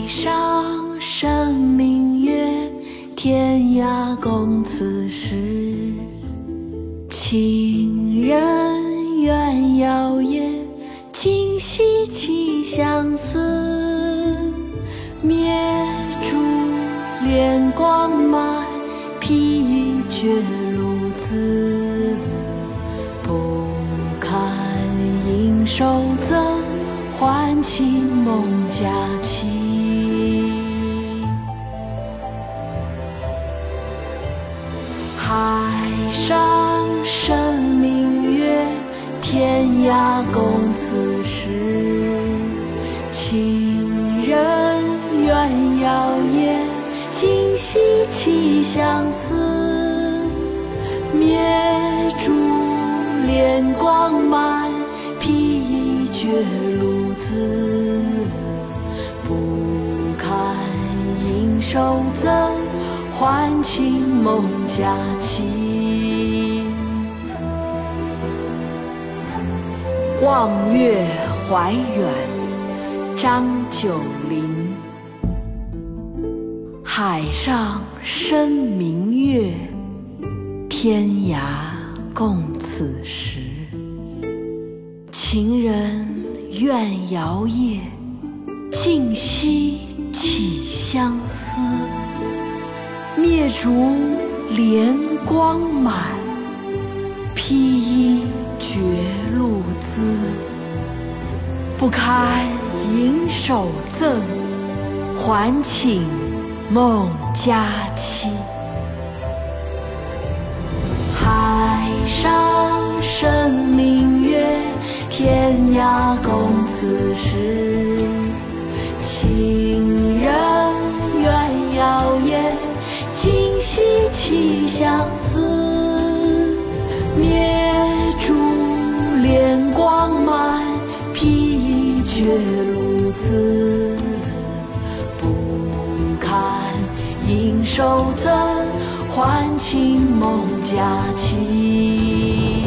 上生明月，天涯共此时。情人怨遥夜，今夕起相思。灭烛怜光满，疲绝路子。不堪应手赠，唤起梦佳期。海上生明月，天涯共此时。情人怨遥夜，今夕起相思。灭烛怜光满，疲绝路子。不堪应手赠，唤起梦佳期。望月怀远，张九龄。海上生明月，天涯共此时。情人怨遥夜，今夕起相思。灭烛怜光满，披绝路资。不堪盈手赠，还请梦佳期。海上生明月，天涯共此时。情人怨遥夜，今夕起相思。灭烛怜光满，疲绝路子。不堪应手赠，唤起梦佳期。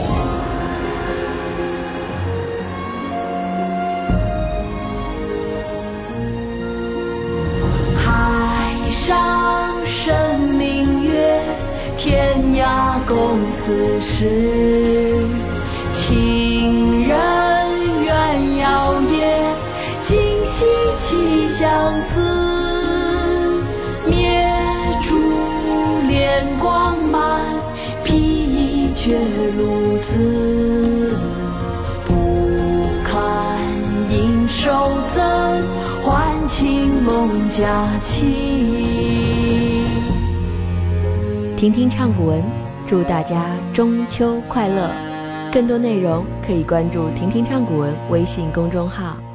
海上生明月，天涯共此时。情人怨遥夜，今夕起相思。灭烛怜光满，疲绝路子。不堪应手赠，唤起梦佳期。 听听唱古文，祝大家中秋快乐！更多内容可以关注“听听唱古文”微信公众号。